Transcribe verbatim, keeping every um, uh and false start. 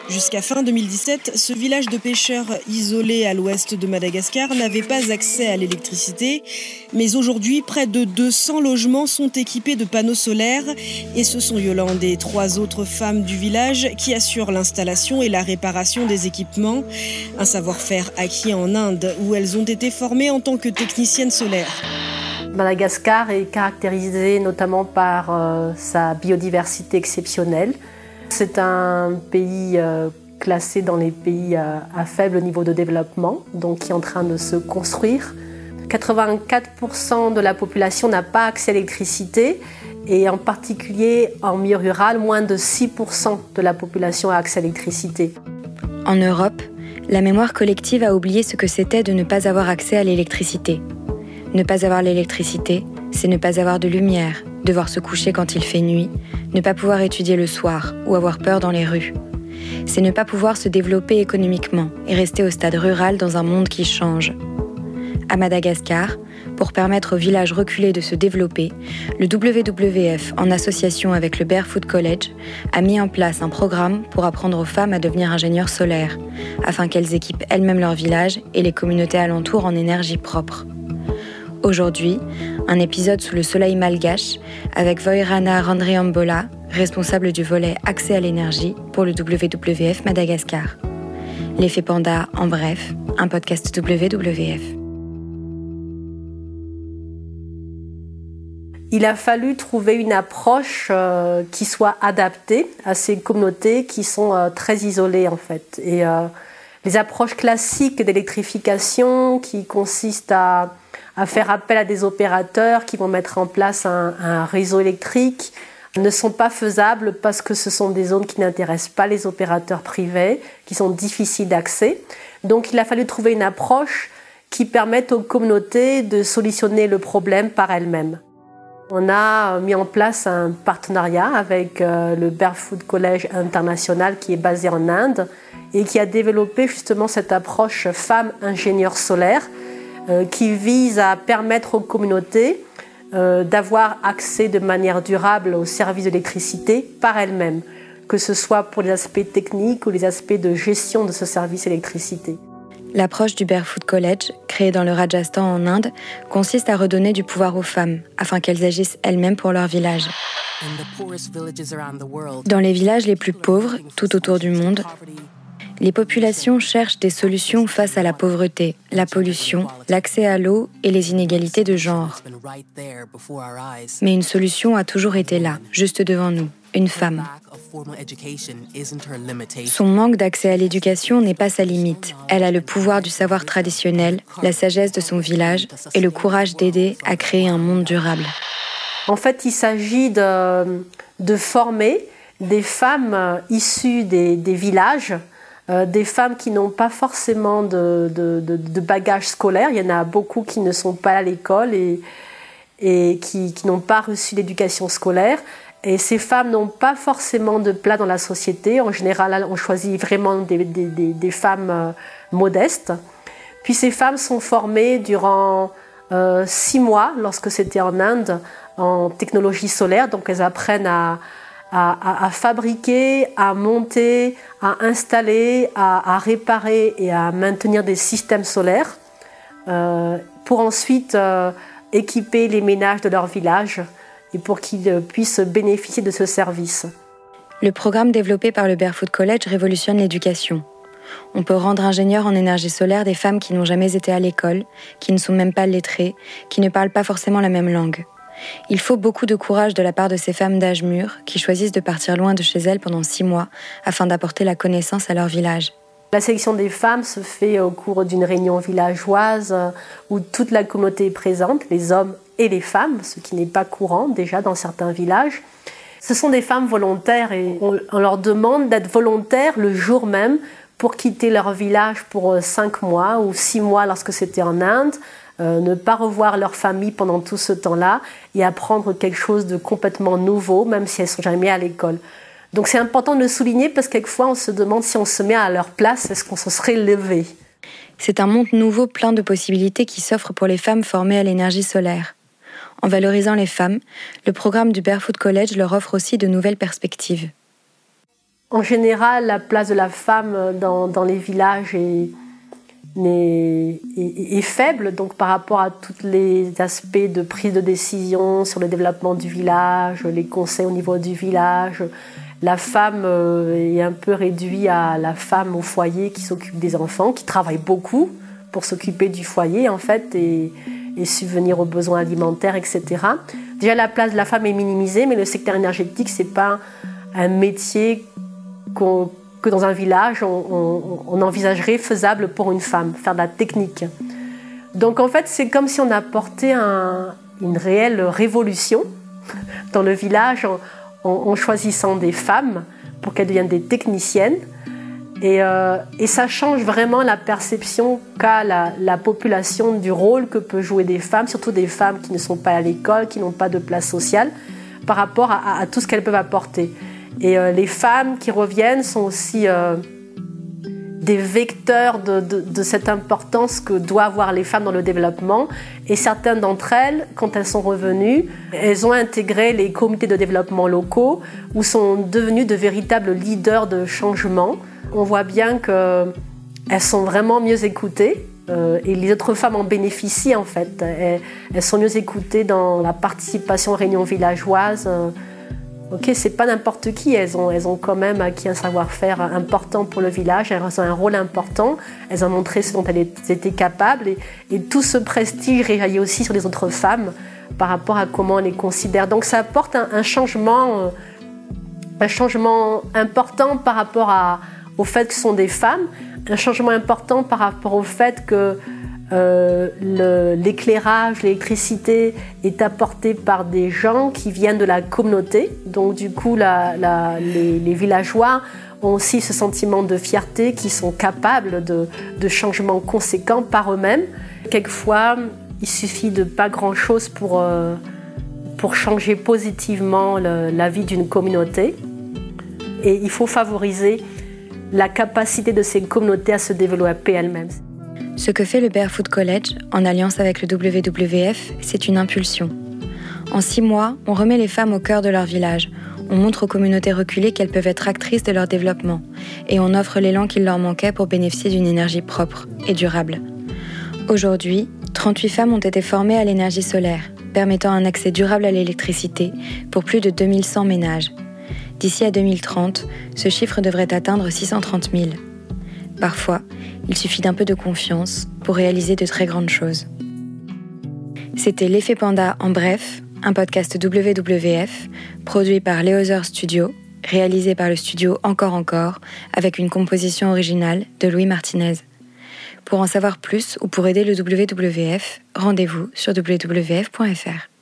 Jusqu'à fin deux mille dix-sept, ce village de pêcheurs isolé à l'ouest de Madagascar n'avait pas accès à l'électricité. Mais aujourd'hui, près de deux cents logements sont équipés de panneaux solaires. Et ce sont Yolande et trois autres femmes du village qui assurent l'installation et la réparation des équipements. Un savoir-faire acquis en Inde où elles ont été formées en tant que techniciennes solaires. Madagascar est caractérisé notamment par euh, sa biodiversité exceptionnelle. C'est un pays euh, classé dans les pays euh, à faible niveau de développement, donc qui est en train de se construire. quatre-vingt-quatre pour cent de la population n'a pas accès à l'électricité et en particulier en milieu rural, moins de six pour cent de la population a accès à l'électricité. En Europe, la mémoire collective a oublié ce que c'était de ne pas avoir accès à l'électricité. Ne pas avoir l'électricité, c'est ne pas avoir de lumière, devoir se coucher quand il fait nuit, ne pas pouvoir étudier le soir ou avoir peur dans les rues. C'est ne pas pouvoir se développer économiquement et rester au stade rural dans un monde qui change. À Madagascar, pour permettre aux villages reculés de se développer, le W W F, en association avec le Barefoot College, a mis en place un programme pour apprendre aux femmes à devenir ingénieurs solaires, afin qu'elles équipent elles-mêmes leur village et les communautés alentours en énergie propre. Aujourd'hui, un épisode sous le soleil malgache avec Voirana Randriambola, responsable du volet accès à l'énergie pour le W W F Madagascar. L'effet panda en bref, un podcast W W F. Il a fallu trouver une approche euh, qui soit adaptée à ces communautés qui sont euh, très isolées en fait. Et euh, les approches classiques d'électrification qui consistent à à faire appel à des opérateurs qui vont mettre en place un, un réseau électrique ne sont pas faisables parce que ce sont des zones qui n'intéressent pas les opérateurs privés, qui sont difficiles d'accès. Donc il a fallu trouver une approche qui permette aux communautés de solutionner le problème par elles-mêmes. On a mis en place un partenariat avec le Barefoot College International qui est basé en Inde et qui a développé justement cette approche femmes ingénieurs solaires qui vise à permettre aux communautés euh, d'avoir accès de manière durable aux services d'électricité par elles-mêmes, que ce soit pour les aspects techniques ou les aspects de gestion de ce service d'électricité. L'approche du Barefoot College, créée dans le Rajasthan en Inde, consiste à redonner du pouvoir aux femmes, afin qu'elles agissent elles-mêmes pour leur village. Dans les villages les plus pauvres, tout autour du monde, les populations cherchent des solutions face à la pauvreté, la pollution, l'accès à l'eau et les inégalités de genre. Mais une solution a toujours été là, juste devant nous, une femme. Son manque d'accès à l'éducation n'est pas sa limite. Elle a le pouvoir du savoir traditionnel, la sagesse de son village et le courage d'aider à créer un monde durable. En fait, il s'agit de, de former des femmes issues des, des villages, Euh, des femmes qui n'ont pas forcément de, de, de, de bagages scolaires. Il y en a beaucoup qui ne sont pas à l'école et, et qui, qui n'ont pas reçu l'éducation scolaire. Et ces femmes n'ont pas forcément de place dans la société. En général, on choisit vraiment des, des, des, des femmes euh, modestes. Puis ces femmes sont formées durant euh, six mois, lorsque c'était en Inde, en technologie solaire. Donc elles apprennent à À, à, à fabriquer, à monter, à installer, à, à réparer et à maintenir des systèmes solaires euh, pour ensuite euh, équiper les ménages de leur village et pour qu'ils puissent bénéficier de ce service. Le programme développé par le Barefoot College révolutionne l'éducation. On peut rendre ingénieurs en énergie solaire des femmes qui n'ont jamais été à l'école, qui ne sont même pas lettrées, qui ne parlent pas forcément la même langue. Il faut beaucoup de courage de la part de ces femmes d'âge mûr qui choisissent de partir loin de chez elles pendant six mois afin d'apporter la connaissance à leur village. La sélection des femmes se fait au cours d'une réunion villageoise où toute la communauté est présente, les hommes et les femmes, ce qui n'est pas courant déjà dans certains villages. Ce sont des femmes volontaires et on leur demande d'être volontaires le jour même pour quitter leur village pour cinq mois ou six mois lorsque c'était en Inde, Euh, ne pas revoir leur famille pendant tout ce temps-là et apprendre quelque chose de complètement nouveau, même si elles ne sont jamais à l'école. Donc c'est important de le souligner parce que quelquefois on se demande si on se met à leur place, est-ce qu'on se serait levé ? C'est un monde nouveau plein de possibilités qui s'offre pour les femmes formées à l'énergie solaire. En valorisant les femmes, le programme du Barefoot College leur offre aussi de nouvelles perspectives. En général, la place de la femme dans, dans les villages est, est, est, est faible, donc par rapport à tous les aspects de prise de décision sur le développement du village, les conseils au niveau du village, la femme est un peu réduite à la femme au foyer qui s'occupe des enfants, qui travaille beaucoup pour s'occuper du foyer en fait et, et subvenir aux besoins alimentaires, et cetera. Déjà, la place de la femme est minimisée, mais le secteur énergétique, c'est pas un métier qu'on, que dans un village, on, on, on envisagerait faisable pour une femme, faire de la technique. Donc en fait, c'est comme si on apportait un, une réelle révolution dans le village en, en, en choisissant des femmes pour qu'elles deviennent des techniciennes. Et, euh, et ça change vraiment la perception qu'a la, la population du rôle que peut jouer des femmes, surtout des femmes qui ne sont pas à l'école, qui n'ont pas de place sociale, par rapport à, à tout ce qu'elles peuvent apporter. Et euh, les femmes qui reviennent sont aussi euh, des vecteurs de, de, de cette importance que doivent avoir les femmes dans le développement. Et certaines d'entre elles, quand elles sont revenues, elles ont intégré les comités de développement locaux ou sont devenues de véritables leaders de changement. On voit bien qu'elles sont vraiment mieux écoutées euh, et les autres femmes en bénéficient en fait. Elles, elles sont mieux écoutées dans la participation aux réunions villageoises. Euh, ok, c'est pas n'importe qui, elles ont, elles ont quand même acquis un savoir-faire important pour le village, elles ont un rôle important, elles ont montré ce dont elles étaient capables et, et tout ce prestige réjaillit aussi sur les autres femmes par rapport à comment on les considère. Donc ça apporte un, un changement, euh, un changement important par rapport à au fait que ce sont des femmes, un changement important par rapport au fait que euh, le, l'éclairage, l'électricité est apporté par des gens qui viennent de la communauté. Donc du coup, la, la, les, les villageois ont aussi ce sentiment de fierté, qu'ils sont capables de, de changements conséquents par eux-mêmes. Quelquefois, il suffit de pas grand-chose pour, euh, pour changer positivement le, la vie d'une communauté. Et il faut favoriser la capacité de ces communautés à se développer elles-mêmes. Ce que fait le Barefoot College, en alliance avec le W W F, c'est une impulsion. En six mois, on remet les femmes au cœur de leur village, on montre aux communautés reculées qu'elles peuvent être actrices de leur développement, et on offre l'élan qu'il leur manquait pour bénéficier d'une énergie propre et durable. Aujourd'hui, trente-huit femmes ont été formées à l'énergie solaire, permettant un accès durable à l'électricité pour plus de deux mille cent ménages. D'ici à deux mille trente, ce chiffre devrait atteindre six cent trente mille. Parfois, il suffit d'un peu de confiance pour réaliser de très grandes choses. C'était L'Effet Panda en bref, un podcast W W F, produit par Leozer Studio, réalisé par le studio Encore Encore, avec une composition originale de Louis Martinez. Pour en savoir plus ou pour aider le W W F, rendez-vous sur w w f point f r.